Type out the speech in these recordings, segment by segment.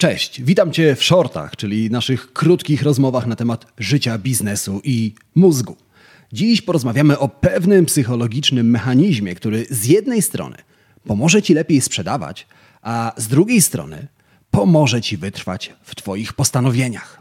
Cześć, witam Cię w shortach, czyli naszych krótkich rozmowach na temat życia, biznesu i mózgu. Dziś porozmawiamy o pewnym psychologicznym mechanizmie, który z jednej strony pomoże Ci lepiej sprzedawać, a z drugiej strony pomoże Ci wytrwać w Twoich postanowieniach.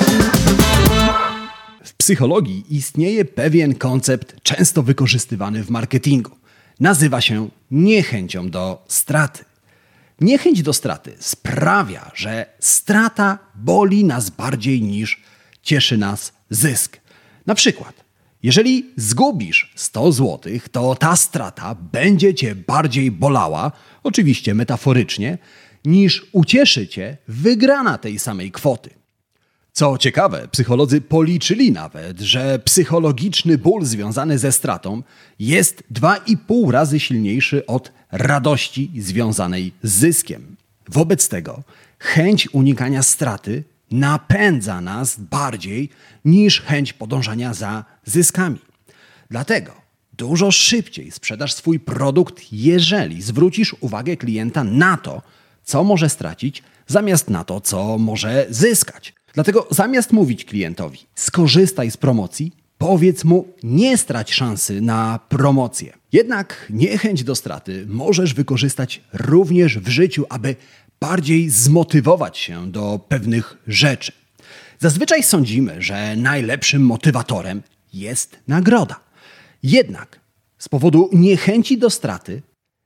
W psychologii istnieje pewien koncept często wykorzystywany w marketingu. Nazywa się niechęcią do straty. Niechęć do straty sprawia, że strata boli nas bardziej niż cieszy nas zysk. Na przykład, jeżeli zgubisz 100 zł, to ta strata będzie Cię bardziej bolała, oczywiście metaforycznie, niż ucieszy Cię wygrana tej samej kwoty. Co ciekawe, psycholodzy policzyli nawet, że psychologiczny ból związany ze stratą jest 2,5 razy silniejszy od radości związanej z zyskiem. Wobec tego chęć unikania straty napędza nas bardziej niż chęć podążania za zyskami. Dlatego dużo szybciej sprzedasz swój produkt, jeżeli zwrócisz uwagę klienta na to, co może stracić, zamiast na to, co może zyskać. Dlatego zamiast mówić klientowi, skorzystaj z promocji, powiedz mu, nie strać szansy na promocję. Jednak niechęć do straty możesz wykorzystać również w życiu, aby bardziej zmotywować się do pewnych rzeczy. Zazwyczaj sądzimy, że najlepszym motywatorem jest nagroda. Jednak z powodu niechęci do straty,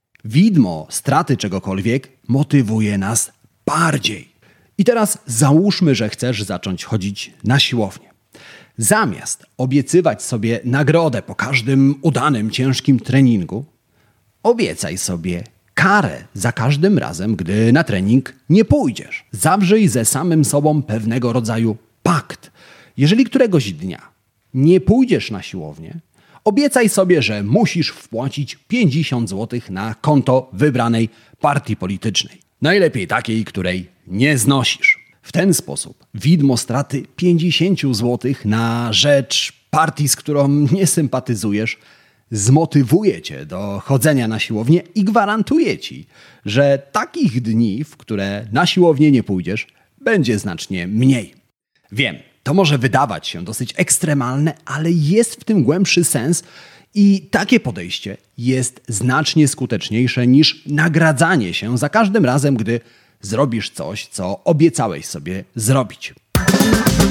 widmo straty czegokolwiek motywuje nas bardziej. I teraz załóżmy, że chcesz zacząć chodzić na siłownię. Zamiast obiecywać sobie nagrodę po każdym udanym, ciężkim treningu, obiecaj sobie karę za każdym razem, gdy na trening nie pójdziesz. Zawrzyj ze samym sobą pewnego rodzaju pakt. Jeżeli któregoś dnia nie pójdziesz na siłownię, obiecaj sobie, że musisz wpłacić 50 zł na konto wybranej partii politycznej. Najlepiej takiej, której nie znosisz. W ten sposób widmo straty 50 zł na rzecz partii, z którą nie sympatyzujesz, zmotywuje Cię do chodzenia na siłownię i gwarantuje Ci, że takich dni, w które na siłownię nie pójdziesz, będzie znacznie mniej. Wiem, to może wydawać się dosyć ekstremalne, ale jest w tym głębszy sens i takie podejście jest znacznie skuteczniejsze niż nagradzanie się za każdym razem, gdy zrobisz coś, co obiecałeś sobie zrobić.